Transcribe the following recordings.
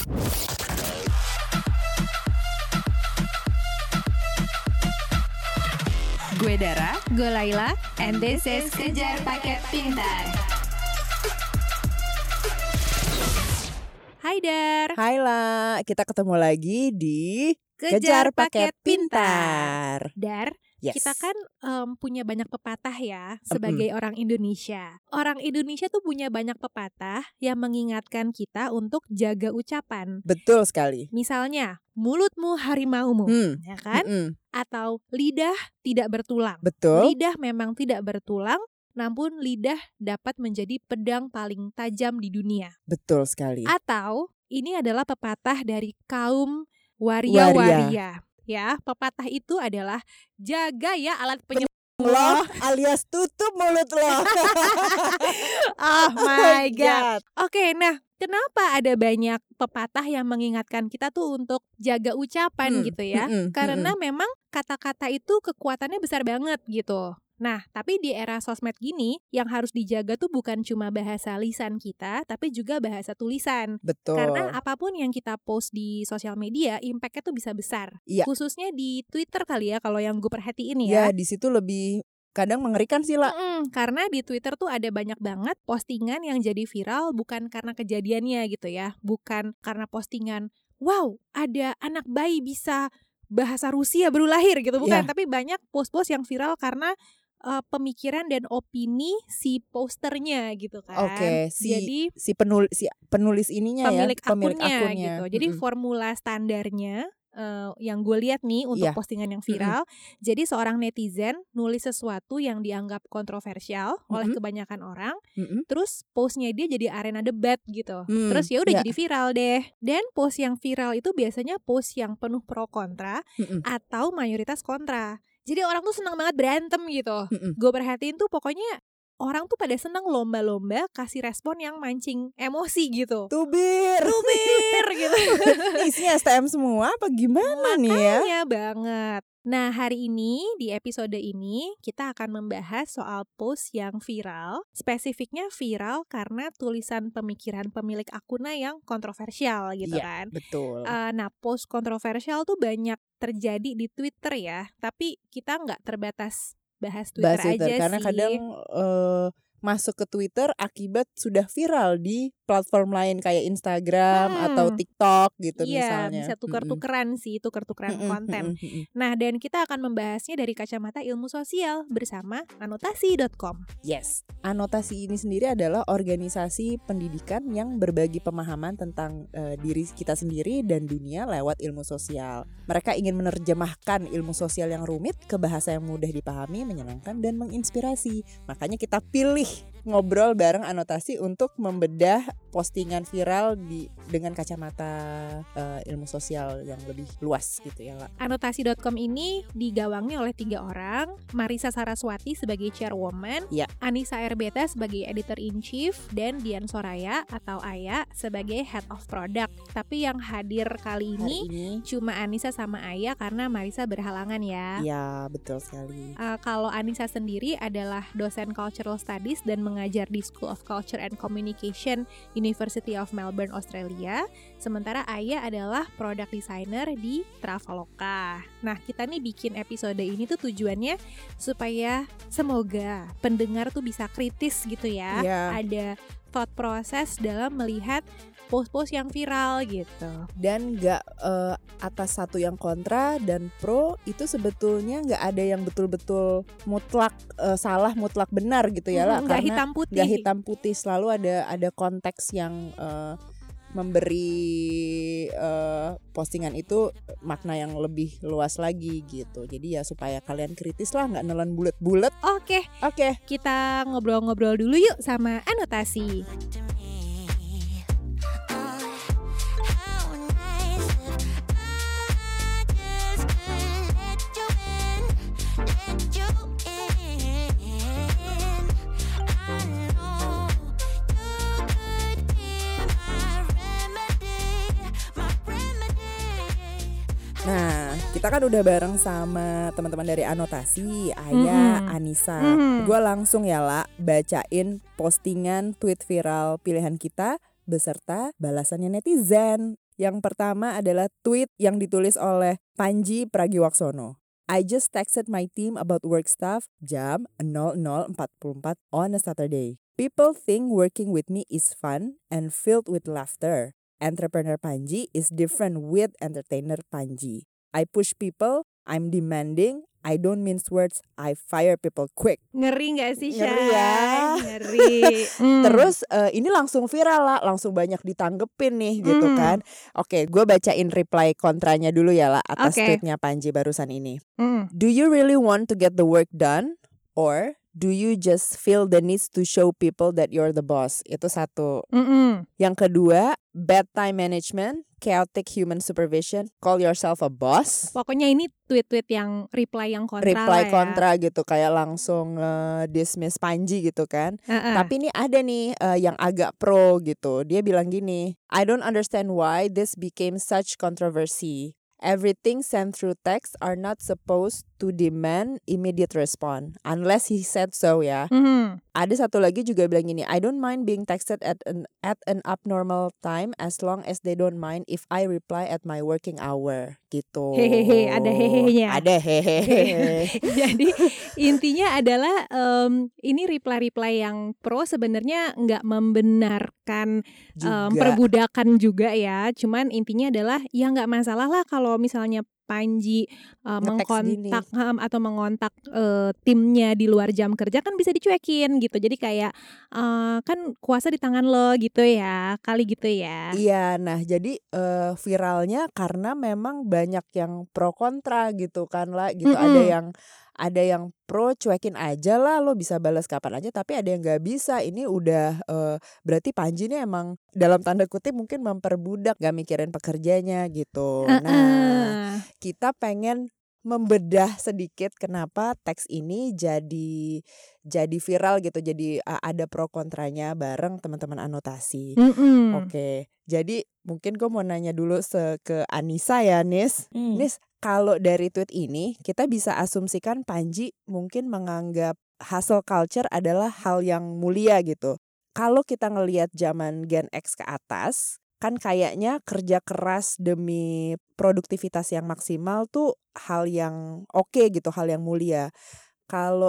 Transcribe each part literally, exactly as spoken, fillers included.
Gue Dara, gue Laila, and this is Kejar Paket Pintar. Hai Dar. Hai La, kita ketemu lagi di Kejar, Kejar Paket, Paket Pintar. Dar, yes. Kita kan um, punya banyak pepatah ya sebagai mm-hmm. orang Indonesia. Orang Indonesia tuh punya banyak pepatah yang mengingatkan kita untuk jaga ucapan. Betul sekali. Misalnya, mulutmu harimaumu, hmm. ya kan? Mm-mm. Atau lidah tidak bertulang. Betul. Lidah memang tidak bertulang, namun lidah dapat menjadi pedang paling tajam di dunia. Betul sekali. Atau ini adalah pepatah dari kaum waria-waria. Ya, pepatah itu adalah jaga ya alat penyembuh lo alias tutup mulut lo. Oh my god. Oke, nah kenapa ada banyak pepatah yang mengingatkan kita tuh untuk jaga ucapan hmm, gitu ya? Hmm, Karena hmm. memang kata-kata itu kekuatannya besar banget gitu. Nah, tapi di era sosmed gini, yang harus dijaga tuh bukan cuma bahasa lisan kita, tapi juga bahasa tulisan. Betul. Karena apapun yang kita post di sosial media, impact-nya tuh bisa besar. Iya. Khususnya di Twitter kali ya, kalau yang gue perhatiin ya. Ya, di situ lebih kadang mengerikan sih lah. Mm-mm, karena di Twitter tuh ada banyak banget postingan yang jadi viral bukan karena kejadiannya gitu ya. Bukan karena postingan, wow, ada anak bayi bisa bahasa Rusia baru lahir gitu. Bukan, yeah. Tapi banyak post-post yang viral karena Uh, pemikiran dan opini si posternya gitu kan. Oke, okay, si jadi si penulis si penulis ininya pemilik ya, pemilik akunnya, akunnya gitu. Jadi mm-hmm. formula standarnya uh, yang gue lihat nih untuk yeah. postingan yang viral. Mm-hmm. Jadi seorang netizen nulis sesuatu yang dianggap kontroversial mm-hmm. oleh kebanyakan orang. Mm-hmm. Terus postnya dia jadi arena debat gitu. Mm, terus ya udah yeah. jadi viral deh. Dan post yang viral itu biasanya post yang penuh pro kontra mm-hmm. atau mayoritas kontra. Jadi orang tuh senang banget berantem gitu. Gue perhatiin tuh pokoknya orang tuh pada senang lomba-lomba kasih respon yang mancing emosi gitu. Tubir, tubir gitu. Isinya S T M semua apa gimana nih ya? Makanya banget. Nah, hari ini di episode ini kita akan membahas soal post yang viral. Spesifiknya viral karena tulisan pemikiran pemilik akunnya yang kontroversial gitu ya, kan. Betul. Uh, nah, post kontroversial tuh banyak terjadi di Twitter ya. Tapi kita nggak terbatas bahas Twitter, bahas Twitter aja karena sih. Karena kadang uh, masuk ke Twitter akibat sudah viral di platform lain kayak Instagram hmm. atau TikTok gitu iya, misalnya. Iya, bisa tuker-tukeran mm-hmm. sih, tuker-tukeran mm-hmm. konten. Mm-hmm. Nah, dan kita akan membahasnya dari kacamata ilmu sosial bersama anotasi dot com. Yes, Anotasi ini sendiri adalah organisasi pendidikan yang berbagi pemahaman tentang uh, diri kita sendiri dan dunia lewat ilmu sosial. Mereka ingin menerjemahkan ilmu sosial yang rumit ke bahasa yang mudah dipahami, menyenangkan, dan menginspirasi. Makanya kita pilih ngobrol bareng Anotasi untuk membedah postingan viral di dengan kacamata uh, ilmu sosial yang lebih luas gitu ya lah. Anotasi dot com ini digawangi oleh tiga orang, Marisa Saraswati sebagai chairwoman, ya. Anissa Erbeta sebagai editor-in-chief, dan Dian Soraya atau Aya sebagai head of product. Tapi yang hadir kali ini, ini cuma Anissa sama Aya karena Marisa berhalangan ya. Iya, betul sekali. Uh, kalau Anissa sendiri adalah dosen cultural studies dan mengajar di School of Culture and Communication University of Melbourne, Australia. Sementara Aya adalah product designer di Traveloka. Nah, kita nih bikin episode ini tuh tujuannya supaya semoga pendengar tuh bisa kritis gitu ya. Yeah. Ada thought process dalam melihat post-post yang viral gitu. Dan gak uh, atas satu yang kontra dan pro itu sebetulnya gak ada yang betul-betul mutlak uh, salah, mutlak benar gitu ya lah. Hmm, gak hitam putih. Gak hitam putih, selalu ada ada konteks yang uh, memberi uh, postingan itu makna yang lebih luas lagi gitu. Jadi ya supaya kalian kritis lah, gak nelan bulet-bulet. Oke, Oke okay. Kita ngobrol-ngobrol dulu yuk sama Anotasi. Nah, kita kan udah bareng sama teman-teman dari Anotasi, Aya, mm-hmm. Anissa. Mm-hmm. Gue langsung ya lah bacain postingan tweet viral pilihan kita beserta balasannya netizen. Yang pertama adalah tweet yang ditulis oleh Panji Pragiwaksono. I just texted my team about work stuff jam nol nol empat puluh empat on a Saturday. People think working with me is fun and filled with laughter. Entrepreneur Panji is different with entertainer Panji. I push people, I'm demanding, I don't mince words, I fire people quick. Ngeri gak sih, Shay? Ngeri ya. Ngeri. mm. Terus uh, ini langsung viral lah, langsung banyak ditanggepin nih gitu Mm. kan. Oke, gue bacain reply kontranya dulu ya lah atas Oke. tweetnya Panji barusan ini. Mm. Do you really want to get the work done? Or do you just feel the need to show people that you're the boss? Itu satu. Mm-mm. Yang kedua, bad time management, chaotic human supervision, call yourself a boss. Pokoknya ini tweet-tweet yang reply yang kontra Reply lah ya. kontra gitu, kayak langsung uh, dismiss Panji gitu kan. Uh-uh. Tapi ini ada nih uh, yang agak pro gitu. Dia bilang gini, I don't understand why this became such controversy. Everything sent through text are not supposed to demand immediate response unless he said so ya. Mm-hmm. Ada satu lagi juga bilang gini, I don't mind being texted at an at an abnormal time as long as they don't mind if I reply at my working hour gitu. Hehehe, ada hehehnya. Ada hehehe. Jadi intinya adalah um, ini reply-reply yang pro sebenarnya nggak membenarkan um, Juga. perbudakan juga ya. Cuman intinya adalah ya nggak masalah lah kalau misalnya Panji uh, Nge-text mengkontak um, atau mengontak uh, timnya di luar jam kerja kan bisa dicuekin gitu. Jadi kayak uh, kan kuasa di tangan lo gitu ya, kali gitu ya. Iya, nah jadi uh, viralnya karena memang banyak yang pro kontra gitu kan lah, gitu. Mm-mm. Ada yang ada yang pro cuekin aja lah, lo bisa balas kapan aja. Tapi ada yang nggak bisa. Ini udah uh, berarti Panji ini emang dalam tanda kutip mungkin memperbudak, gak mikirin pekerjanya gitu. Uh-uh. Nah, kita pengen membedah sedikit kenapa teks ini jadi jadi viral gitu, jadi uh, ada pro kontranya bareng teman-teman anotasi. Mm-mm. Oke, jadi mungkin gue mau nanya dulu se ke Anissa ya, Nis. Hmm. Nis, kalau dari tweet ini kita bisa asumsikan Panji mungkin menganggap hustle culture adalah hal yang mulia gitu. Kalau kita ngelihat zaman Gen X ke atas, kan kayaknya kerja keras demi produktivitas yang maksimal tuh hal yang oke gitu, hal yang mulia. Kalau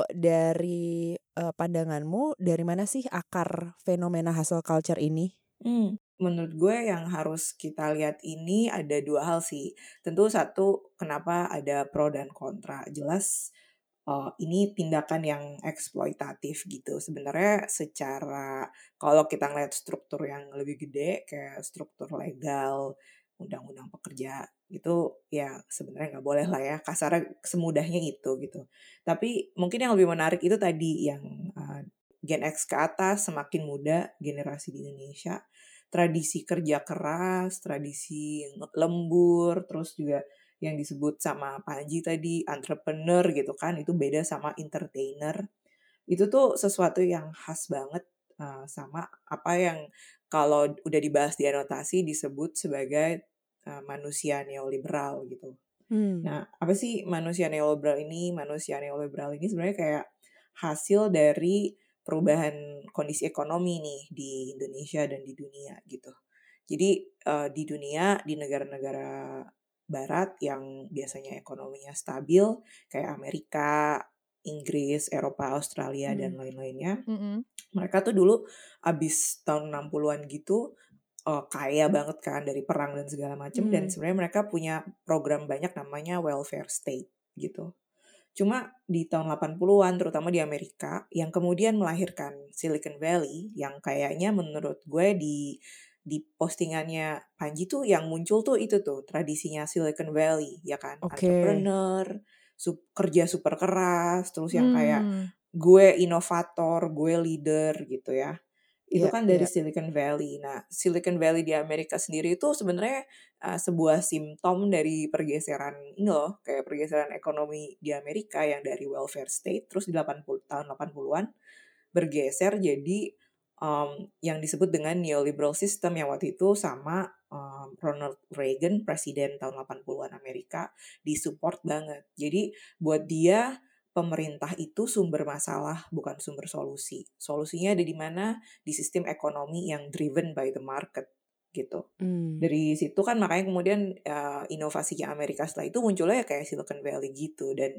dari uh, pandanganmu, dari mana sih akar fenomena hustle culture ini? Hmm, menurut gue yang harus kita lihat ini ada dua hal sih. Tentu satu, kenapa ada pro dan kontra. Jelas uh, ini tindakan yang eksploitatif gitu. Sebenarnya secara, kalau kita ngeliat struktur yang lebih gede, kayak struktur legal, undang-undang pekerja, itu ya sebenarnya nggak boleh lah ya, kasarnya semudahnya itu gitu. Tapi mungkin yang lebih menarik itu tadi yang uh, Gen X ke atas, semakin muda generasi di Indonesia, tradisi kerja keras, tradisi lembur, terus juga yang disebut sama Panji tadi entrepreneur gitu kan, itu beda sama entertainer. Itu tuh sesuatu yang khas banget uh, sama apa yang kalau udah dibahas di anotasi disebut sebagai uh, manusia neoliberal gitu. Hmm. Nah, apa sih manusia neoliberal ini? Manusia neoliberal ini sebenarnya kayak hasil dari perubahan kondisi ekonomi nih di Indonesia dan di dunia gitu. Jadi uh, di dunia, di negara-negara barat yang biasanya ekonominya stabil kayak Amerika, Inggris, Eropa, Australia Hmm. dan lain-lainnya. Mm-mm. Mereka tuh dulu abis tahun enam puluhan gitu uh, kaya banget kan dari perang dan segala macam. Hmm. Dan sebenarnya mereka punya program banyak namanya welfare state gitu. Cuma di tahun delapan puluhan terutama di Amerika yang kemudian melahirkan Silicon Valley yang kayaknya menurut gue di di postingannya Panji tuh yang muncul tuh itu tuh tradisinya Silicon Valley ya kan. Oke. Entrepreneur, sup, kerja super keras, terus yang kayak Hmm. gue inovator, gue leader gitu ya. Itu Iya, kan dari iya. Silicon Valley. Nah, Silicon Valley di Amerika sendiri itu sebenarnya uh, sebuah simptom dari pergeseran ini loh, kayak pergeseran ekonomi di Amerika yang dari welfare state terus di delapan puluh tahun delapan puluhan bergeser jadi um, yang disebut dengan neoliberal system yang waktu itu sama um, Ronald Reagan, presiden tahun delapan puluhan Amerika, disupport banget. Jadi buat dia pemerintah itu sumber masalah, bukan sumber solusi. Solusinya ada di mana? Di sistem ekonomi yang driven by the market gitu. Hmm. Dari situ kan makanya kemudian uh, inovasinya Amerika setelah itu munculnya ya kayak Silicon Valley gitu, dan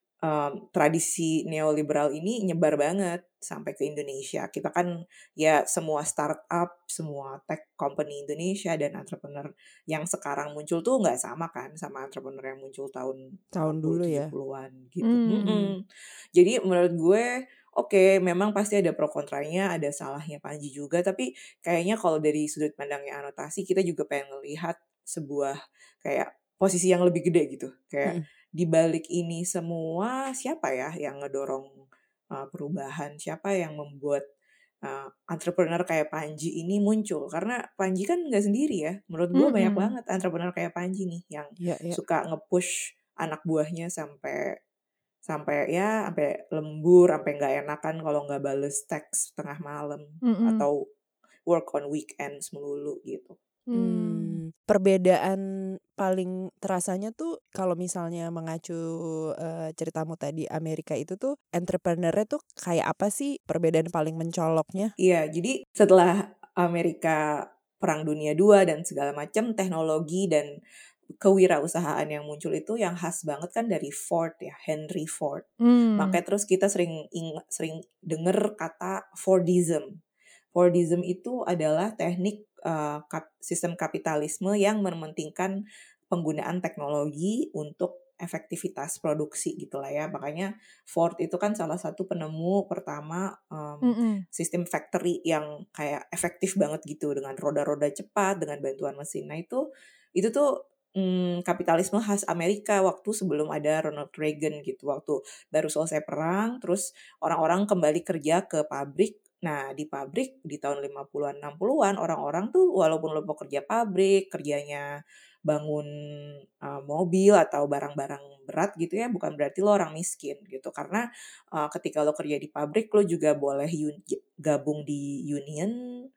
um, tradisi neoliberal ini nyebar banget sampai ke Indonesia. Kita kan ya semua startup, semua tech company Indonesia dan entrepreneur yang sekarang muncul tuh nggak sama kan sama entrepreneur yang muncul tahun Tahun delapan puluh dulu ya. tujuh puluhan gitu. Hmm. Mm-mm. Jadi menurut gue oke, okay, memang pasti ada pro kontranya, ada salahnya Panji juga, tapi kayaknya kalau dari sudut pandangnya anotasi kita juga pengen melihat sebuah kayak posisi yang lebih gede gitu. Kayak Mm-mm. di balik ini semua siapa ya yang ngedorong uh, perubahan, siapa yang membuat uh, entrepreneur kayak Panji ini muncul, karena Panji kan nggak sendiri ya, menurut gue banyak Mm-mm. banget entrepreneur kayak Panji nih yang Ya, ya. suka nge-push anak buahnya sampai sampai ya sampai lembur, sampai nggak enakan kalau nggak bales teks tengah malam Mm-mm. atau work on weekends melulu gitu. Hmm. Hmm, perbedaan paling terasanya tuh kalau misalnya mengacu uh, ceritamu tadi Amerika itu tuh entrepreneurnya tuh kayak apa sih, perbedaan paling mencoloknya? Iya, jadi setelah Amerika Perang Dunia kedua dan segala macam teknologi dan kewirausahaan yang muncul itu yang khas banget kan dari Ford ya, Henry Ford. Hmm. Makanya terus kita sering ing- sering denger kata Fordism. Fordism itu adalah teknik uh, kap- sistem kapitalisme yang mementingkan penggunaan teknologi untuk efektivitas produksi gitulah ya. Makanya Ford itu kan salah satu penemu pertama um, Mm-mm. sistem factory yang kayak efektif banget gitu dengan roda-roda cepat, dengan bantuan mesin. Nah itu itu tuh hmm, kapitalisme khas Amerika waktu sebelum ada Ronald Reagan gitu. Waktu baru selesai perang, terus orang-orang kembali kerja ke pabrik. Nah, di pabrik di tahun lima puluhan enam puluhan orang-orang tuh walaupun lo mau kerja pabrik, kerjanya bangun uh, mobil atau barang-barang berat gitu ya, bukan berarti lo orang miskin gitu. Karena uh, ketika lo kerja di pabrik lo juga boleh un- gabung di union,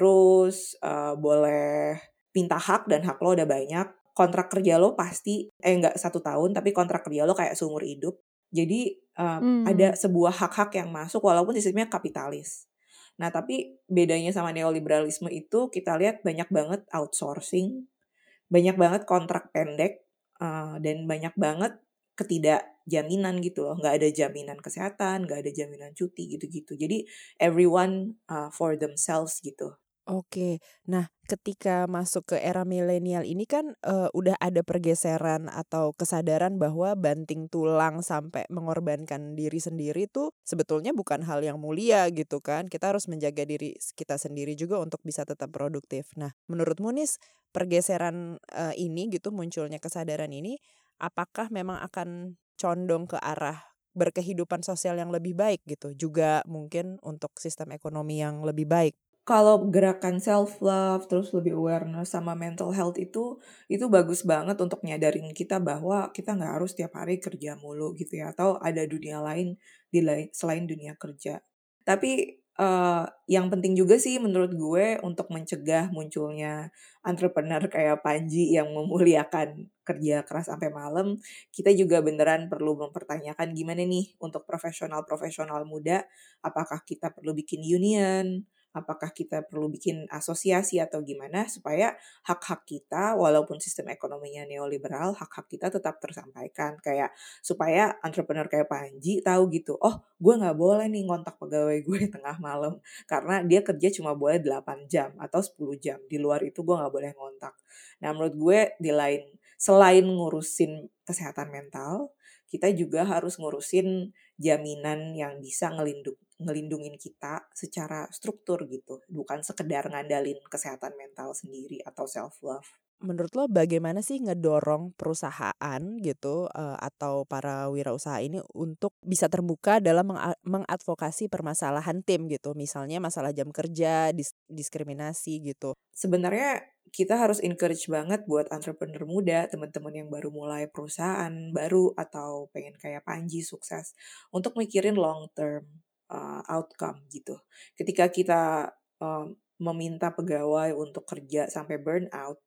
terus uh, boleh pinta hak dan hak lo udah banyak. Kontrak kerja lo pasti eh enggak satu tahun, tapi kontrak kerja lo kayak seumur hidup. Jadi uh, Hmm. ada sebuah hak-hak yang masuk walaupun sistemnya kapitalis. Nah, tapi bedanya sama neoliberalisme itu kita lihat banyak banget outsourcing, banyak banget kontrak pendek, uh, dan banyak banget ketidakjaminan gitu loh. Nggak ada jaminan kesehatan, nggak ada jaminan cuti gitu-gitu. Jadi everyone uh, for themselves gitu. Oke, nah ketika masuk ke era milenial ini kan uh, udah ada pergeseran atau kesadaran bahwa banting tulang sampai mengorbankan diri sendiri tuh sebetulnya bukan hal yang mulia gitu kan. Kita harus menjaga diri kita sendiri juga untuk bisa tetap produktif. Nah, menurutmu Nis, pergeseran uh, ini gitu, munculnya kesadaran ini, apakah memang akan condong ke arah berkehidupan sosial yang lebih baik gitu, juga mungkin untuk sistem ekonomi yang lebih baik? Kalau gerakan self love terus lebih awareness sama mental health itu itu bagus banget untuk nyadarin kita bahwa kita nggak harus tiap hari kerja mulu gitu ya, atau ada dunia lain di lain selain dunia kerja. Tapi uh, yang penting juga sih menurut gue untuk mencegah munculnya entrepreneur kayak Panji yang memuliakan kerja keras sampai malam, kita juga beneran perlu mempertanyakan gimana nih untuk profesional-profesional muda, apakah kita perlu bikin union, apakah kita perlu bikin asosiasi atau gimana supaya hak-hak kita walaupun sistem ekonominya neoliberal, hak-hak kita tetap tersampaikan. Kayak supaya entrepreneur kayak Panji tahu gitu, oh gue gak boleh nih ngontak pegawai gue tengah malam karena dia kerja cuma boleh delapan jam atau sepuluh jam. Di luar itu gue gak boleh ngontak. Nah menurut gue di lain, selain ngurusin kesehatan mental, kita juga harus ngurusin jaminan yang bisa ngelindung ngelindungin kita secara struktur gitu, bukan sekedar ngandalin kesehatan mental sendiri atau self love. Menurut lo bagaimana sih ngedorong perusahaan gitu uh, atau para wirausaha ini untuk bisa terbuka dalam meng- mengadvokasi permasalahan tim gitu, misalnya masalah jam kerja, dis- diskriminasi gitu? Sebenarnya kita harus encourage banget buat entrepreneur muda, teman-teman yang baru mulai perusahaan baru atau pengen kayak Panji sukses, untuk mikirin long term uh, outcome gitu. Ketika kita um, meminta pegawai untuk kerja sampai burnout,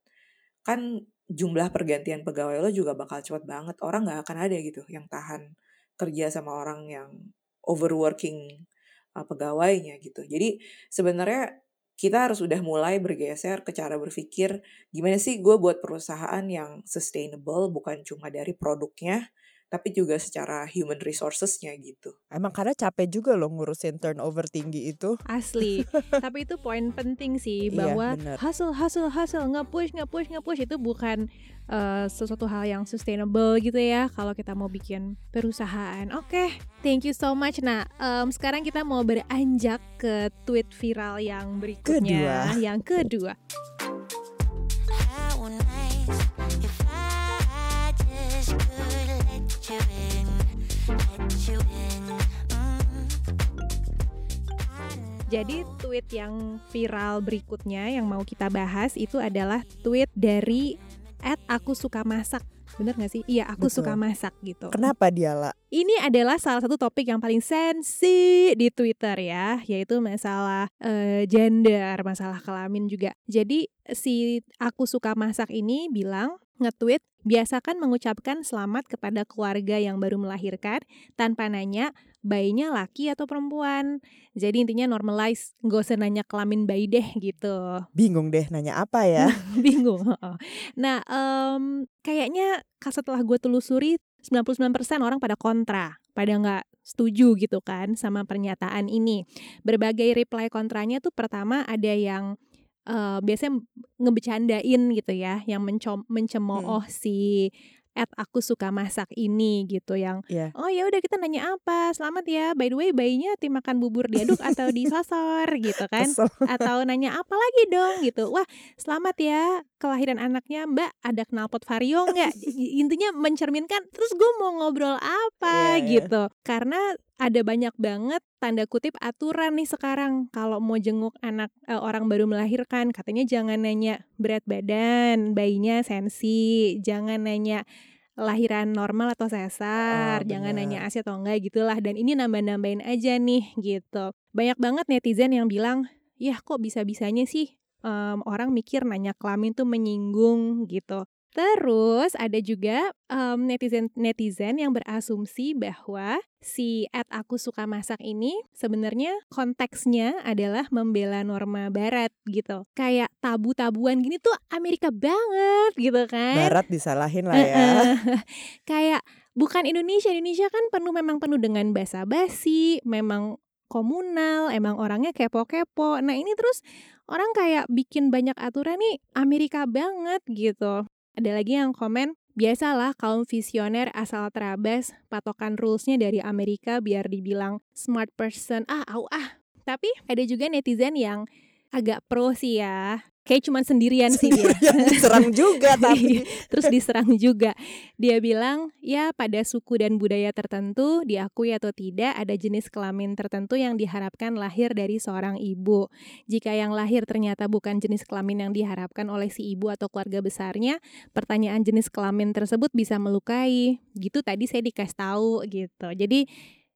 kan jumlah pergantian pegawai lo juga bakal cepet banget. Orang gak akan ada gitu yang tahan kerja sama orang yang overworking uh, pegawainya gitu. Jadi sebenarnya kita harus udah mulai bergeser ke cara berpikir gimana sih gue buat perusahaan yang sustainable, bukan cuma dari produknya, tapi juga secara human resources-nya gitu. Emang karena capek juga loh ngurusin turnover tinggi itu. Asli. Tapi itu poin penting sih, bahwa iya, hustle, hustle, hustle, nge-push, nge-push, nge-push itu bukan uh, sesuatu hal yang sustainable gitu ya kalau kita mau bikin perusahaan. Oke, okay, thank you so much. Nah, um, sekarang kita mau beranjak ke tweet viral yang berikutnya, kedua. yang kedua. Jadi tweet yang viral berikutnya yang mau kita bahas itu adalah tweet dari et aku suka masak. Bener gak sih? Iya, aku Betul. suka masak gitu. Kenapa dia lah? Ini adalah salah satu topik yang paling sensi di Twitter ya, yaitu masalah uh, gender, masalah kelamin juga. Jadi si aku suka masak ini bilang, nge-tweet, biasakan mengucapkan selamat kepada keluarga yang baru melahirkan tanpa nanya bayinya laki atau perempuan. Jadi intinya normalize, gak usah nanya kelamin bayi deh gitu. Bingung deh nanya apa ya? Bingung. Nah um, kayaknya setelah gue telusuri sembilan puluh sembilan persen orang pada kontra, pada gak setuju gitu kan sama pernyataan ini. Berbagai reply kontranya tuh pertama ada yang uh, biasanya ngebecandain gitu ya, yang mencom- mencemooh hmm. si at aku suka masak ini gitu, yang yeah. oh ya udah kita nanya apa, selamat ya, by the way bayinya tim makan bubur diaduk atau disosor gitu kan. Kesel. Atau nanya apa lagi dong gitu, wah selamat ya kelahiran anaknya mbak, ada knalpot vario nggak. Intinya mencerminkan terus gue mau ngobrol apa yeah, gitu yeah. Karena ada banyak banget tanda kutip aturan nih sekarang kalau mau jenguk anak eh, orang baru melahirkan. Katanya jangan nanya berat badan bayinya, sensi, jangan nanya lahiran normal atau sesar, oh, jangan nanya A S I atau enggak gitulah. Dan ini nambah-nambahin aja nih gitu. Banyak banget netizen yang bilang, yah kok bisa-bisanya sih um, orang mikir nanya kelamin tuh menyinggung gitu. Terus ada juga um, netizen-netizen yang berasumsi bahwa si at aku suka masak ini sebenarnya konteksnya adalah membela norma barat gitu. Kayak tabu-tabuan gini tuh Amerika banget gitu kan. Barat disalahin lah ya. Kayak bukan Indonesia. Indonesia kan penuh memang penuh dengan basa-basi, memang komunal, emang orangnya kepo-kepo. Nah ini terus orang kayak bikin banyak aturan nih Amerika banget gitu. Ada lagi yang komen, biasalah kaum visioner asal terabas, patokan rulesnya dari Amerika biar dibilang smart person, ah au ah. Tapi ada juga netizen yang agak pro sih ya. Kayak cuman sendirian sih dia. Diserang juga tapi. Terus diserang juga. Dia bilang, ya pada suku dan budaya tertentu, diakui atau tidak, ada jenis kelamin tertentu yang diharapkan lahir dari seorang ibu. Jika yang lahir ternyata bukan jenis kelamin yang diharapkan oleh si ibu atau keluarga besarnya, pertanyaan jenis kelamin tersebut bisa melukai. Gitu tadi saya dikasih tahu gitu. Jadi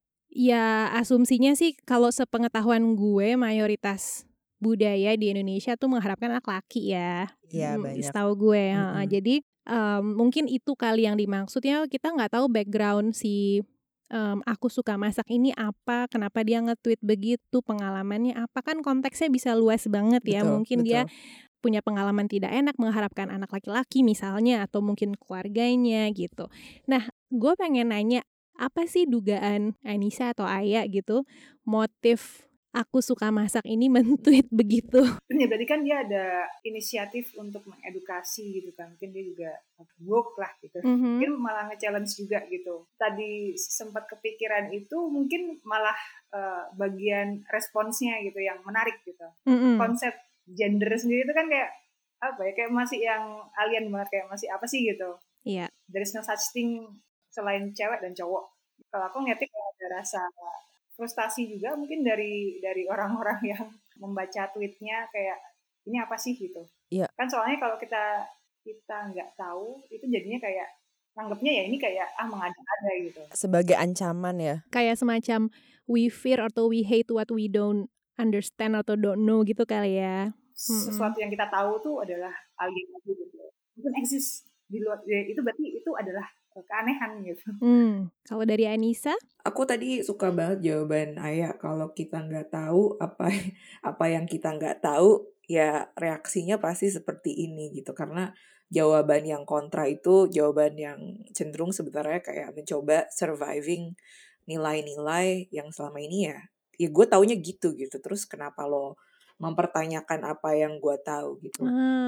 ya asumsinya sih kalau sepengetahuan gue mayoritas budaya di Indonesia tuh mengharapkan anak laki ya. Iya banyak. Setahu gue. Mm-hmm. Jadi um, mungkin itu kali yang dimaksudnya. Kita nggak tahu background si um, aku suka masak ini apa, kenapa dia nge-tweet begitu, pengalamannya apa, kan konteksnya bisa luas banget ya. Betul, mungkin betul. dia punya pengalaman tidak enak mengharapkan anak laki-laki misalnya, atau mungkin keluarganya gitu. Nah, gue pengen nanya, apa sih dugaan Anissa atau Aya gitu motif aku suka masak ini men-tweet begitu? Ya berarti kan dia ada inisiatif untuk mengedukasi gitu kan. Mungkin dia juga woke lah gitu. Mm-hmm. Mungkin malah nge-challenge juga gitu. Tadi sempat kepikiran itu mungkin malah uh, bagian responsnya gitu yang menarik gitu. Mm-hmm. Konsep gender sendiri itu kan kayak apa ya, kayak masih yang alien banget, kayak masih apa sih gitu. Iya. Yeah. There is no such thing selain cewek dan cowok. Kalau aku ngeliatnya kayak ada rasa frustasi juga mungkin dari dari orang-orang yang membaca tweetnya, kayak ini apa sih gitu. Iya. Kan soalnya kalau kita kita nggak tahu itu jadinya kayak nanggepnya ya ini kayak ah mengada-ada gitu. Sebagai ancaman ya. Kayak semacam we fear atau we hate what we don't understand atau don't know gitu kali ya. Sesuatu yang kita tahu tuh adalah alien gitu. Mungkin eksis di luar, itu berarti itu adalah keanehan gitu. Hmm, kalau dari Anissa? Aku tadi suka banget jawaban Aya, kalau kita nggak tahu apa apa yang kita nggak tahu, ya reaksinya pasti seperti ini gitu. Karena jawaban yang kontra itu jawaban yang cenderung sebenarnya kayak mencoba surviving nilai-nilai yang selama ini ya, ya gue taunya gitu gitu. Terus kenapa lo mempertanyakan apa yang gue tahu gitu?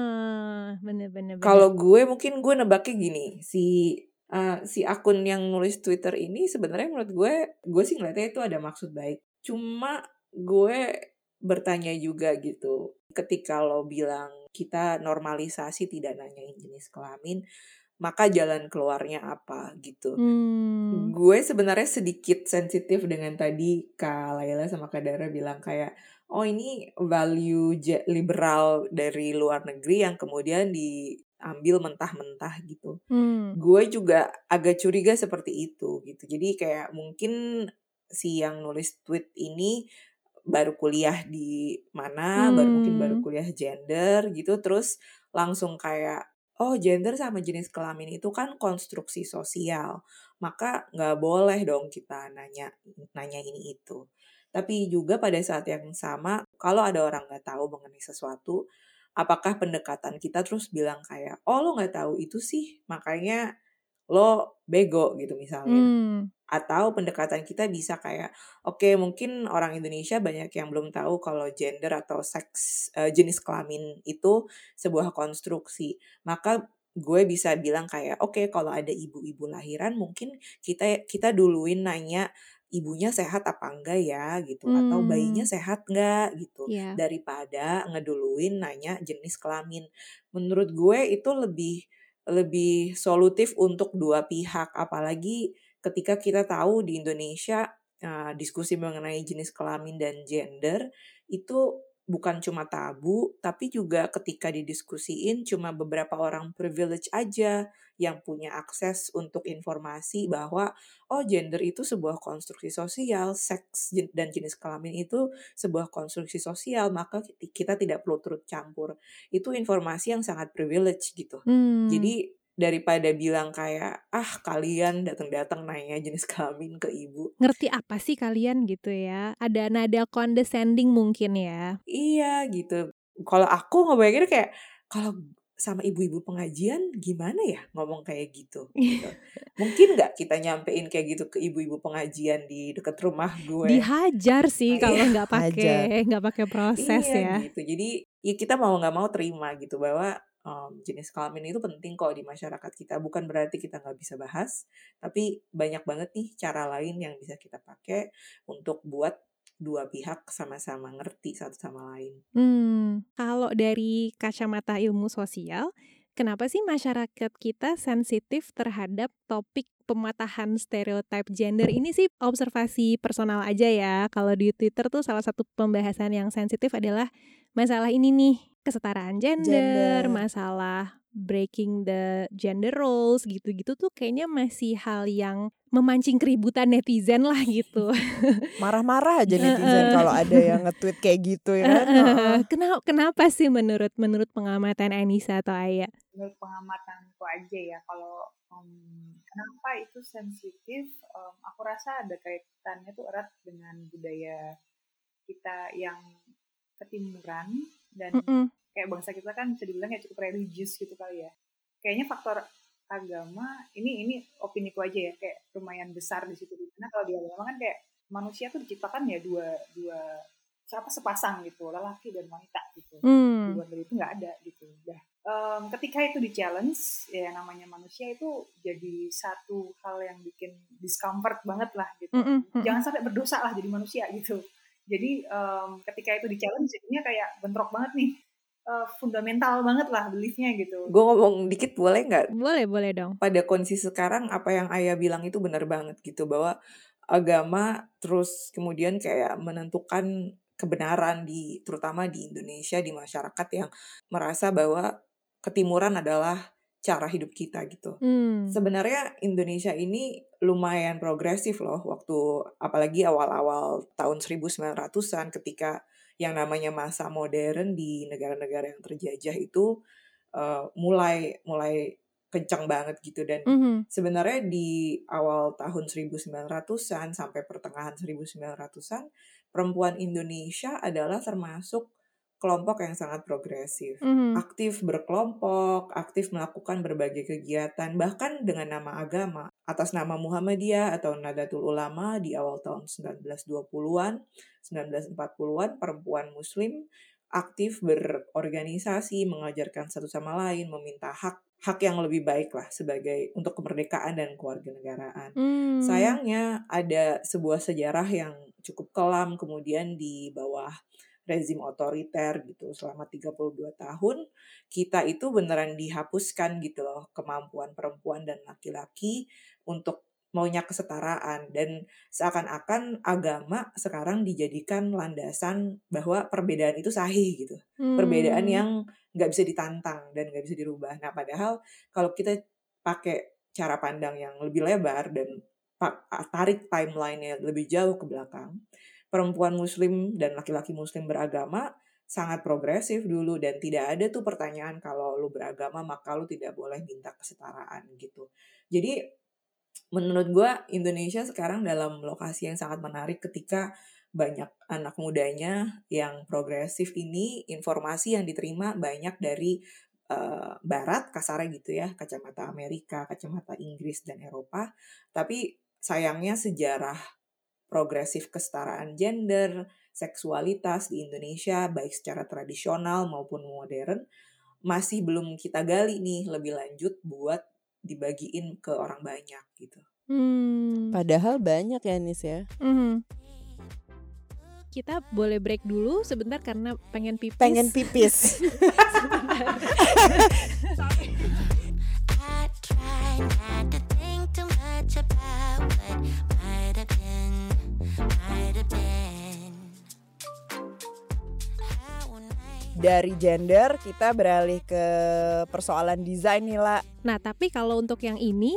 Ah, bener-bener. Kalau gue mungkin gue nebaknya gini, si uh, si akun yang nulis Twitter ini sebenarnya menurut gue, gue sih ngeliatnya itu ada maksud baik. Cuma gue bertanya juga gitu, ketika lo bilang kita normalisasi tidak nanyain jenis kelamin, maka jalan keluarnya apa gitu. Hmm. Gue sebenarnya sedikit sensitif dengan tadi Kak Laila sama Kak Dara bilang kayak, oh ini value liberal dari luar negeri yang kemudian diambil mentah-mentah gitu. Hmm. Gue juga agak curiga seperti itu gitu. Jadi kayak mungkin si yang nulis tweet ini baru kuliah di mana, hmm. baru mungkin baru kuliah gender gitu, terus langsung kayak, oh gender sama jenis kelamin itu kan konstruksi sosial, maka nggak boleh dong kita nanya nanya ini itu. Tapi juga pada saat yang sama, kalau ada orang nggak tahu mengenai sesuatu, apakah pendekatan kita terus bilang kayak, oh lo nggak tahu itu sih, makanya lo bego gitu misalnya. Hmm. Atau pendekatan kita bisa kayak, oke okay, mungkin orang Indonesia banyak yang belum tahu kalau gender atau seks uh, jenis kelamin itu sebuah konstruksi. Maka gue bisa bilang kayak, oke okay, kalau ada ibu-ibu lahiran mungkin kita kita duluin nanya ibunya sehat apa enggak ya gitu, hmm. atau bayinya sehat enggak gitu, yeah. daripada ngeduluin nanya jenis kelamin. Menurut gue itu lebih lebih solutif untuk dua pihak, apalagi ketika kita tahu di Indonesia uh, diskusi mengenai jenis kelamin dan gender itu bukan cuma tabu, tapi juga ketika didiskusiin cuma beberapa orang privilege aja yang punya akses untuk informasi bahwa oh gender itu sebuah konstruksi sosial, seks dan jenis kelamin itu sebuah konstruksi sosial, maka kita tidak perlu turut campur. Itu informasi yang sangat privilege gitu. Hmm. Jadi daripada bilang kayak, ah kalian datang-datang nanya jenis kelamin ke ibu. Ngerti apa sih kalian gitu ya? Ada nada condescending mungkin ya? Iya gitu. Kalau aku ngebayangin kayak, kalau sama ibu-ibu pengajian gimana ya ngomong kayak gitu. gitu. Mungkin gak kita nyampein kayak gitu ke ibu-ibu pengajian di deket rumah gue? Dihajar sih nah, kalau nggak pakai nggak pakai proses iya, ya. Gitu. Jadi ya kita mau nggak mau terima gitu bahwa Um, jenis kelamin itu penting kok di masyarakat kita. Bukan berarti kita nggak bisa bahas, tapi banyak banget nih cara lain yang bisa kita pakai untuk buat dua pihak sama-sama ngerti satu sama lain. Hmm, kalau dari kacamata ilmu sosial, kenapa sih masyarakat kita sensitif terhadap topik pematahan stereotip gender ini sih? Observasi personal aja ya. Kalau di Twitter tuh salah satu pembahasan yang sensitif adalah masalah ini nih, kesetaraan gender, gender. masalah breaking the gender roles gitu-gitu tuh kayaknya masih hal yang memancing keributan netizen lah gitu. Marah-marah aja netizen kalau ada yang nge-tweet kayak gitu ya kan. Kenapa, kenapa sih menurut menurut pengamatan Anissa atau Aya? Menurut pengamatanku aja ya, kalau um, kenapa itu sensitif, um, aku rasa ada kaitannya tuh erat dengan budaya kita yang ketimuran dan Mm-mm. kayak bangsa kita kan bisa dibilang ya cukup religius gitu kali ya. Kayaknya faktor agama ini ini opini ku aja ya, kayak lumayan besar di situ. Karena kalau di agama kan kayak manusia tuh diciptakan ya dua dua siapa sepasang gitu, lelaki dan wanita gitu. Hmm. Luar dari itu nggak ada gitu. Dah. Um, ketika itu di challenge ya namanya manusia itu jadi satu hal yang bikin discomfort banget lah gitu. Mm-mm. Jangan sampai berdosa lah jadi manusia gitu. Jadi um, ketika itu di challenge jadinya kayak bentrok banget nih. Uh, fundamental banget lah beliefnya gitu. Gue ngomong dikit boleh nggak? Boleh, boleh dong. Pada kondisi sekarang apa yang Aya bilang itu benar banget gitu, bahwa agama terus kemudian kayak menentukan kebenaran di terutama di Indonesia, di masyarakat yang merasa bahwa ketimuran adalah cara hidup kita gitu. Hmm. Sebenarnya Indonesia ini lumayan progresif loh waktu apalagi awal-awal tahun seribu sembilan ratusan ketika yang namanya masa modern di negara-negara yang terjajah itu uh, mulai mulai kencang banget gitu. Dan mm-hmm. sebenarnya di awal tahun seribu sembilan ratusan sampai pertengahan seribu sembilan ratusan, perempuan Indonesia adalah termasuk kelompok yang sangat progresif, mm-hmm. aktif berkelompok, aktif melakukan berbagai kegiatan, bahkan dengan nama agama. Atas nama Muhammadiyah atau Nahdlatul Ulama di awal tahun sembilan belas dua puluhan, sembilan belas empat puluhan, perempuan muslim aktif berorganisasi, mengajarkan satu sama lain, meminta hak hak yang lebih baik lah sebagai untuk kemerdekaan dan kewarganegaraan. Hmm. Sayangnya ada sebuah sejarah yang cukup kelam kemudian di bawah rezim otoriter gitu selama tiga puluh dua tahun kita itu beneran dihapuskan gitu loh kemampuan perempuan dan laki-laki untuk maunya kesetaraan, dan seakan-akan agama sekarang dijadikan landasan bahwa perbedaan itu sahih gitu. Hmm. Perbedaan yang nggak bisa ditantang dan nggak bisa dirubah. Nah padahal kalau kita pakai cara pandang yang lebih lebar dan tarik timeline-nya lebih jauh ke belakang, perempuan muslim dan laki-laki muslim beragama sangat progresif dulu, dan tidak ada tuh pertanyaan kalau lu beragama maka lu tidak boleh minta kesetaraan gitu. Jadi menurut gue Indonesia sekarang dalam lokasi yang sangat menarik ketika banyak anak mudanya yang progresif ini, informasi yang diterima banyak dari uh, barat kasarnya gitu ya, kacamata Amerika, kacamata Inggris dan Eropa. Tapi sayangnya sejarah progresif kesetaraan gender, seksualitas di Indonesia baik secara tradisional maupun modern masih belum kita gali nih lebih lanjut buat dibagiin ke orang banyak gitu. Hmm. Padahal banyak ya Nis ya. Mm-hmm. Kita boleh break dulu sebentar karena pengen pipis. Pengen pipis. Dari gender kita beralih ke persoalan desain nih lah. Nah tapi kalau untuk yang ini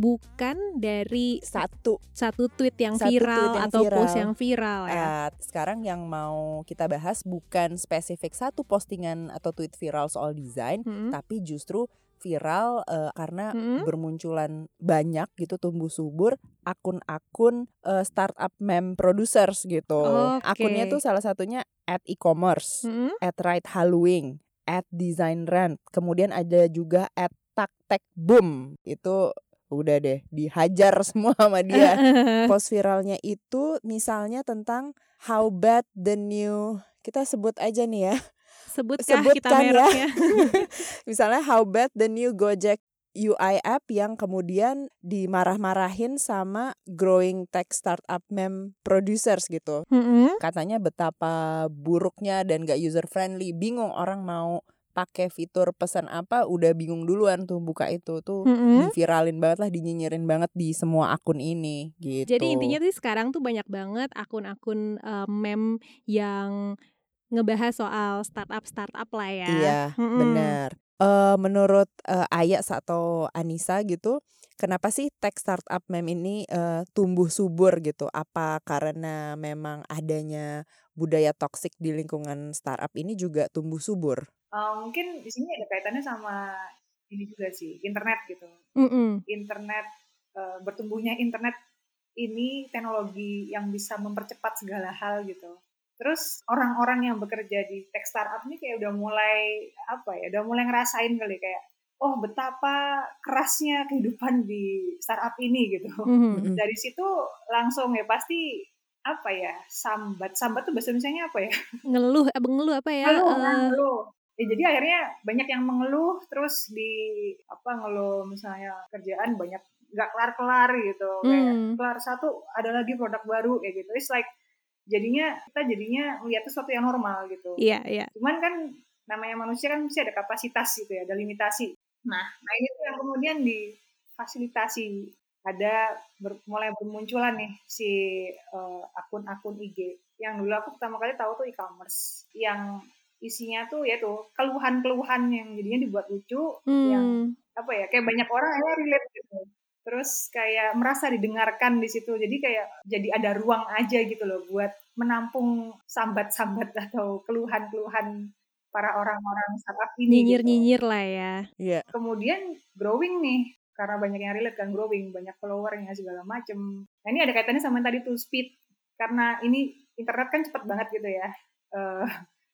bukan dari satu satu tweet yang satu viral tweet yang atau viral. post yang viral ya. Uh, sekarang yang mau kita bahas bukan spesifik satu postingan atau tweet viral soal desain, hmm. tapi justru viral uh, karena hmm. bermunculan banyak gitu tumbuh subur akun-akun uh, startup meme producers gitu. Okay. Akunnya tuh salah satunya at e-commerce, hmm. at right halloween, at design rant, kemudian ada juga at taktekboom. Itu udah deh dihajar semua sama dia. Post viralnya itu misalnya tentang how bad the new, kita sebut aja nih ya. Sebutkah kita mereknya? Ya. Misalnya how bad the new Gojek U I app yang kemudian dimarah-marahin sama growing tech startup meme producers gitu. Mm-hmm. Katanya betapa buruknya dan gak user friendly. Bingung orang mau pakai fitur pesan apa udah bingung duluan tuh buka itu tuh. Mm-hmm. Diviralin banget lah, dinyinyirin banget di semua akun ini gitu. Jadi intinya tuh sekarang tuh banyak banget akun-akun uh, meme yang ngebahas soal startup-startup lah ya. Iya, mm-hmm. benar. Uh, menurut uh, Aya atau Anissa gitu, kenapa sih tech startup meme ini uh, tumbuh subur gitu? Apa karena memang adanya budaya toksik di lingkungan startup ini juga tumbuh subur? Uh, mungkin di sini ada kaitannya sama ini juga sih, internet gitu. Mm-hmm. Internet, uh, bertumbuhnya internet ini teknologi yang bisa mempercepat segala hal gitu. Terus orang-orang yang bekerja di tech startup ini kayak udah mulai apa ya, udah mulai ngerasain kali kayak, oh betapa kerasnya kehidupan di startup ini gitu. Mm-hmm. Dari situ langsung ya pasti apa ya, sambat, sambat tuh bahasa Indonesianya apa ya? Ngeluh, eh, ngeluh apa ya? Ngeluh, uh... ngeluh. Ya, jadi akhirnya banyak yang mengeluh, terus di apa ngeluh misalnya kerjaan banyak nggak kelar-kelar gitu, mm. kayak kelar satu ada lagi produk baru kayak gitu. It's like jadinya kita jadinya melihat sesuatu yang normal gitu. Iya, yeah, iya. Yeah. Cuman kan namanya manusia kan mesti ada kapasitas gitu ya, ada limitasi. Nah, nah ini tuh yang kemudian difasilitasi. Ada ber, mulai bermunculan nih si uh, akun-akun I G yang dulu aku pertama kali tahu tuh e-commerce yang isinya tuh ya tuh keluhan-keluhan yang jadinya dibuat lucu, hmm. yang apa ya kayak banyak orang yang relate gitu. Terus kayak merasa didengarkan di situ. Jadi kayak jadi ada ruang aja gitu loh buat menampung sambat-sambat atau keluhan-keluhan para orang-orang startup ini. Nyinyir-nyinyir gitu. lah ya. Yeah. Kemudian growing nih, karena banyak yang relate kan, growing, banyak followernya segala macem. Nah ini ada kaitannya sama yang tadi tuh speed, karena ini internet kan cepat banget gitu ya. Uh,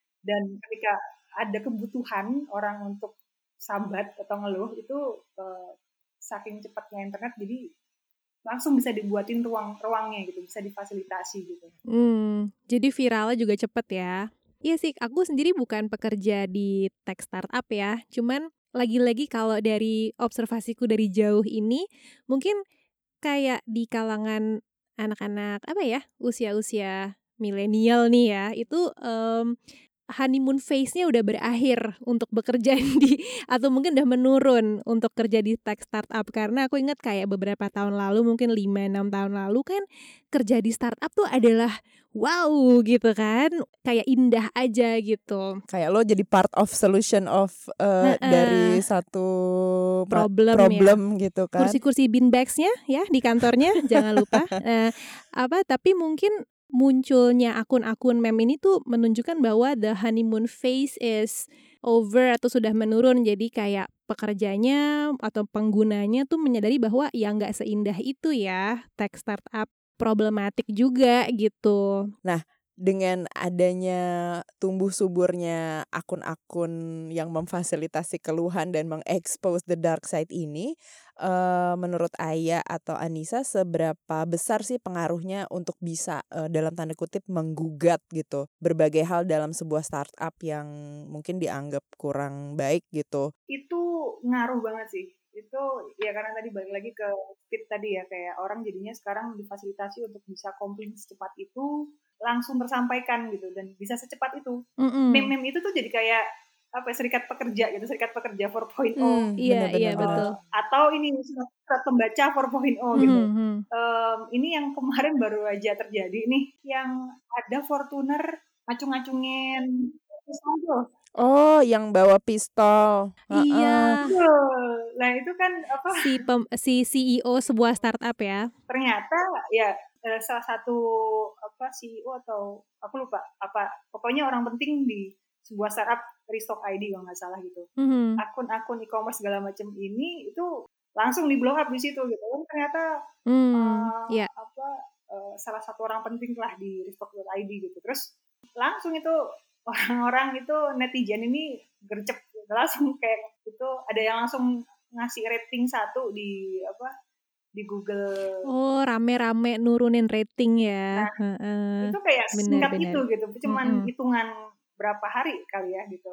dan ketika ada kebutuhan orang untuk sambat atau ngeluh itu uh, saking cepatnya internet, jadi langsung bisa dibuatin ruang ruangnya gitu, bisa difasilitasi gitu. Hmm, jadi viralnya juga cepet ya. Iya sih, aku sendiri bukan pekerja di tech startup ya. Cuman lagi-lagi kalau dari observasiku dari jauh ini, mungkin kayak di kalangan anak-anak apa ya, usia-usia milenial nih ya, itu um, honeymoon phase-nya udah berakhir untuk bekerja di atau mungkin udah menurun untuk kerja di tech startup, karena aku ingat kayak beberapa tahun lalu, mungkin lima enam tahun lalu kan kerja di startup tuh adalah wow gitu kan, kayak indah aja gitu. Kayak lo jadi part of solution of uh, dari satu problem, problem ya. Gitu kan. Kursi-kursi beanbags-nya ya di kantornya jangan lupa. Uh, apa tapi mungkin munculnya akun-akun meme ini tuh menunjukkan bahwa the honeymoon phase is over atau sudah menurun. Jadi kayak pekerjanya atau penggunanya tuh menyadari bahwa ya nggak seindah itu ya, tech startup problematik juga gitu. Nah, dengan adanya tumbuh suburnya akun-akun yang memfasilitasi keluhan dan mengekspos the dark side ini, uh, menurut Aya atau Anissa seberapa besar sih pengaruhnya untuk bisa uh, dalam tanda kutip menggugat gitu berbagai hal dalam sebuah startup yang mungkin dianggap kurang baik gitu? Itu ngaruh banget sih. Itu ya karena tadi balik lagi ke speed tadi ya, kayak orang jadinya sekarang difasilitasi untuk bisa komplain secepat itu, langsung tersampaikan gitu, dan bisa secepat itu. Mm-hmm. Meme-meme itu tuh jadi kayak apa serikat pekerja gitu, serikat pekerja empat titik nol. Hmm, iya iya betul. Atau ini surat pembaca empat titik nol gitu. Mm-hmm. Um, ini yang kemarin baru aja terjadi nih, yang ada Fortuner ngacung-ngacungin pistol. Oh, yang bawa pistol. Iya. Uh-uh. Nah itu kan apa? Si pem, si C E O sebuah startup ya. Ternyata ya salah satu apa C E O atau aku lupa apa, pokoknya orang penting di sebuah startup Restock I D kalau nggak salah gitu. Mm-hmm. Akun-akun e-commerce segala macam ini itu langsung di blow up di situ gitu kan, ternyata mm, uh, yeah. apa uh, salah satu orang penting lah di Restock I D gitu. Terus langsung itu orang-orang itu netizen ini gercep gitu, langsung kayak itu ada yang langsung ngasih rating satu di apa di Google. Oh, rame-rame nurunin rating ya. Nah, uh, itu kayak singkat itu gitu, cuman mm-hmm. hitungan berapa hari kali ya gitu.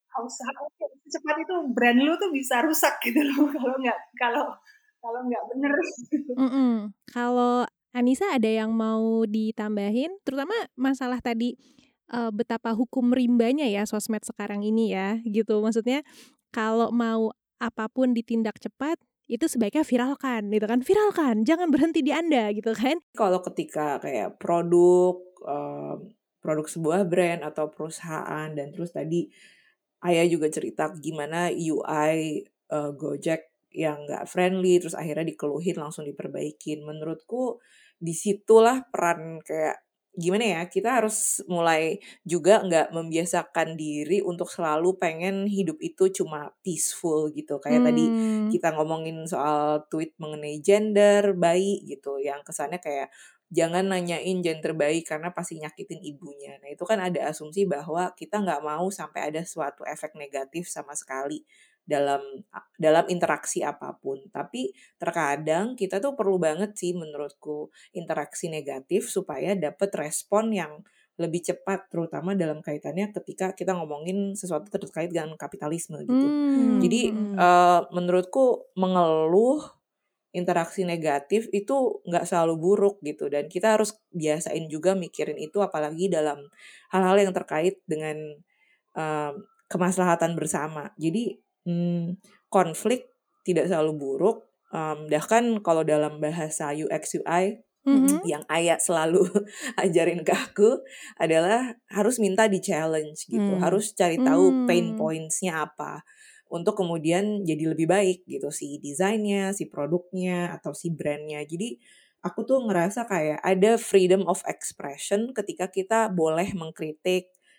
Secepat itu brand lu tuh bisa rusak gitu loh kalau nggak kalau kalau nggak bener. Mm-hmm. Kalau Anissa ada yang mau ditambahin, terutama masalah tadi uh, betapa hukum rimbanya ya sosmed sekarang ini ya gitu. Maksudnya kalau mau apapun ditindak cepat, itu sebaiknya viralkan gitu kan, viralkan, jangan berhenti di Anda gitu kan. Kalau ketika kayak produk um, produk sebuah brand atau perusahaan, dan terus tadi Aya juga cerita gimana U I uh, Gojek yang nggak friendly, terus akhirnya dikeluhin langsung diperbaikin. Menurutku disitulah peran kayak gimana ya, kita harus mulai juga nggak membiasakan diri untuk selalu pengen hidup itu cuma peaceful gitu. Kayak hmm. tadi kita ngomongin soal tweet mengenai gender bayi gitu, yang kesannya kayak jangan nanyain gender bayi karena pasti nyakitin ibunya. Nah itu kan ada asumsi bahwa kita nggak mau sampai ada suatu efek negatif sama sekali dalam dalam interaksi apapun. Tapi terkadang kita tuh perlu banget sih menurutku interaksi negatif supaya dapat respon yang lebih cepat, terutama dalam kaitannya ketika kita ngomongin sesuatu terkait dengan kapitalisme gitu. Hmm. Jadi uh, menurutku mengeluh interaksi negatif itu nggak selalu buruk gitu, dan kita harus biasain juga mikirin itu, apalagi dalam hal-hal yang terkait dengan um, kemaslahatan bersama. Jadi hmm, konflik tidak selalu buruk, um, bahkan kalau dalam bahasa U X U I mm-hmm. yang Aya selalu ajarin ke aku adalah harus minta di challenge gitu, mm. harus cari tahu mm. pain points-nya apa, untuk kemudian jadi lebih baik gitu, si desainnya, si produknya, atau si brandnya. Jadi aku tuh ngerasa kayak ada freedom of expression ketika kita boleh mengkritik,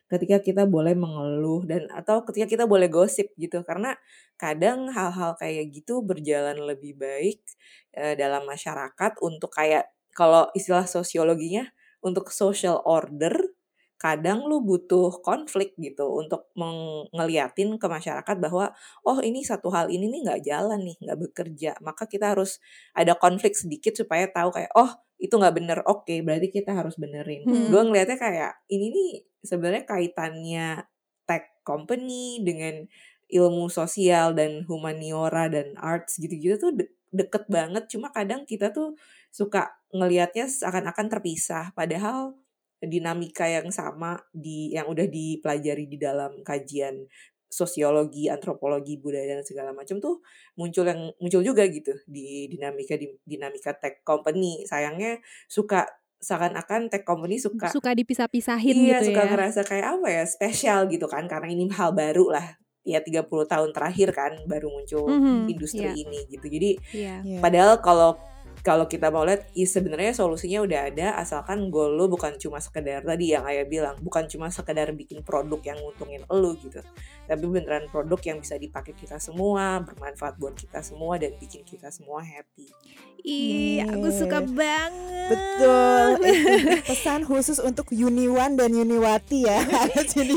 ketika kita boleh mengeluh dan atau ketika kita boleh gosip gitu, karena kadang hal-hal kayak gitu berjalan lebih baik uh, dalam masyarakat untuk kayak kalau istilah sosiologinya untuk social order. Kadang lu butuh konflik gitu untuk ngeliatin ke masyarakat bahwa oh ini satu hal ini nih nggak jalan nih, nggak bekerja, maka kita harus ada konflik sedikit supaya tahu kayak oh itu nggak bener, oke okay, berarti kita harus benerin. Hmm. Gue ngeliatnya kayak ini nih sebenarnya kaitannya tech company dengan ilmu sosial dan humaniora dan arts gitu-gitu tuh de- deket banget. Cuma kadang kita tuh suka ngelihatnya seakan-akan terpisah, padahal dinamika yang sama di yang udah dipelajari di dalam kajian sosiologi, antropologi, budaya dan segala macam tuh muncul yang muncul juga gitu di dinamika di dinamika tech company. Sayangnya suka seakan-akan tech company suka suka dipisah-pisahin iya, gitu suka ya. Suka ngerasa kayak apa ya, spesial gitu kan karena ini hal baru lah. Ya tiga puluh tahun terakhir kan baru muncul mm-hmm, industri yeah. ini gitu. Jadi yeah. padahal kalau kalau kita mau lihat, ya sebenarnya solusinya udah ada, asalkan goal lu bukan cuma sekedar tadi yang Ayah bilang, bukan cuma sekedar bikin produk yang nguntungin elu gitu, tapi beneran produk yang bisa dipakai kita semua, bermanfaat buat kita semua dan bikin kita semua happy. Ih, yeah. aku suka banget. Betul. Pesan khusus untuk Uniwan dan Uniwati ya. Jadi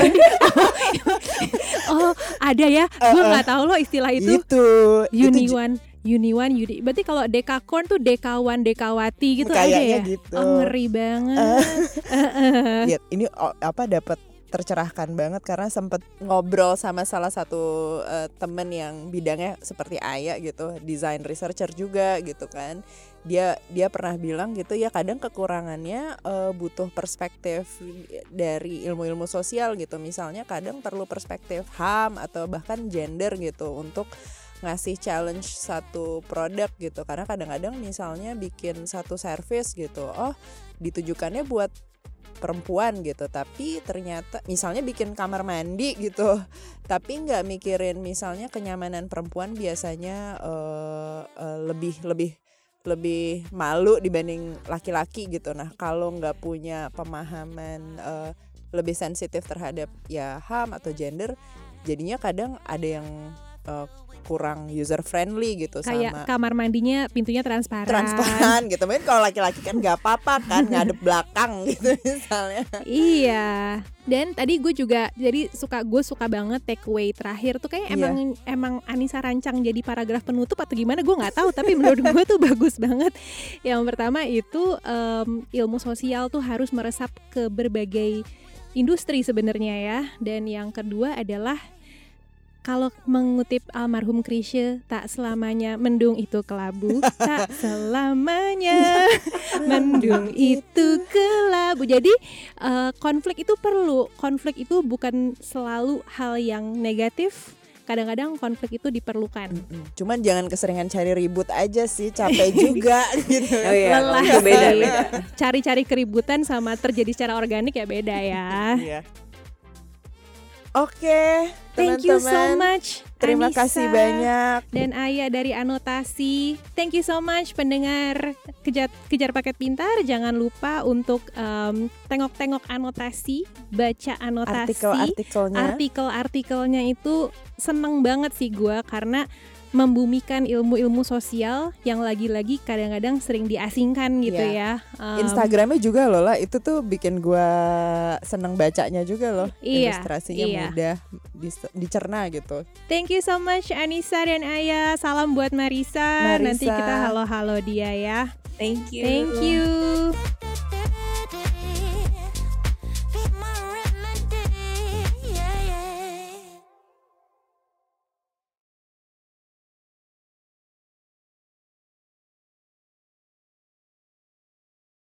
oh, ada ya? Uh, Gue nggak tahu loh istilah itu. Itu. Uniwan. Uniwan, Yudi. Berarti kalau Dekakorn tuh Dekawan, Dekawati gitu aja ya? Gitu. Oh, ngeri banget. Uh. Ya, ini oh, apa dapat tercerahkan banget karena sempet ngobrol sama salah satu uh, temen yang bidangnya seperti Aya gitu, design researcher juga gitu kan. Dia dia pernah bilang gitu ya, kadang kekurangannya uh, butuh perspektif dari ilmu-ilmu sosial gitu. Misalnya kadang perlu perspektif H A M atau bahkan gender gitu untuk ngasih challenge satu produk gitu, karena kadang-kadang misalnya bikin satu service gitu, oh ditujukannya buat perempuan gitu, tapi ternyata misalnya bikin kamar mandi gitu, tapi nggak mikirin misalnya kenyamanan perempuan biasanya uh, uh, lebih lebih lebih malu dibanding laki-laki gitu. Nah kalau nggak punya pemahaman uh, lebih sensitif terhadap ya H A M atau gender, jadinya kadang ada yang uh, kurang user friendly gitu. Kayak sama kamar mandinya pintunya transparan. Transparan gitu. Mungkin kalau laki-laki kan nggak apa-apa kan ngadep belakang gitu misalnya. Iya. Dan tadi gue juga jadi suka gue suka banget takeaway terakhir tuh kayak emang iya. emang Anissa rancang jadi paragraf penutup atau gimana gue nggak tahu, tapi menurut gue tuh bagus banget. Yang pertama itu um, ilmu sosial tuh harus meresap ke berbagai industri sebenarnya ya. Dan yang kedua adalah kalau mengutip almarhum Chrisye, tak selamanya mendung itu kelabu, tak selamanya mendung itu kelabu. Jadi uh, konflik itu perlu, konflik itu bukan selalu hal yang negatif. Kadang-kadang konflik itu diperlukan. Cuman jangan keseringan cari ribut aja sih, capek juga gitu. Oh iya, lelah beda-beda. Cari-cari keributan sama terjadi secara organik ya beda ya. Iya. Oke, thank teman-teman. you so much. Terima Anissa kasih banyak. Dan Aya dari Anotasi. Thank you so much pendengar Kejar, Kejar Paket Pintar. Jangan lupa untuk um, tengok-tengok anotasi, baca anotasi. Artikel-artikelnya. Artikel-artikelnya itu seneng banget sih gue karena membumikan ilmu-ilmu sosial yang lagi-lagi kadang-kadang sering diasingkan gitu yeah. ya. Um, Instagramnya juga loh lah, itu tuh bikin gue seneng bacanya juga loh. Iya, ilustrasinya iya. mudah dicerna gitu. Thank you so much Anissa dan Aya. Salam buat Marisa. Marisa. Nanti kita halo-halo dia ya. Thank you. Thank you.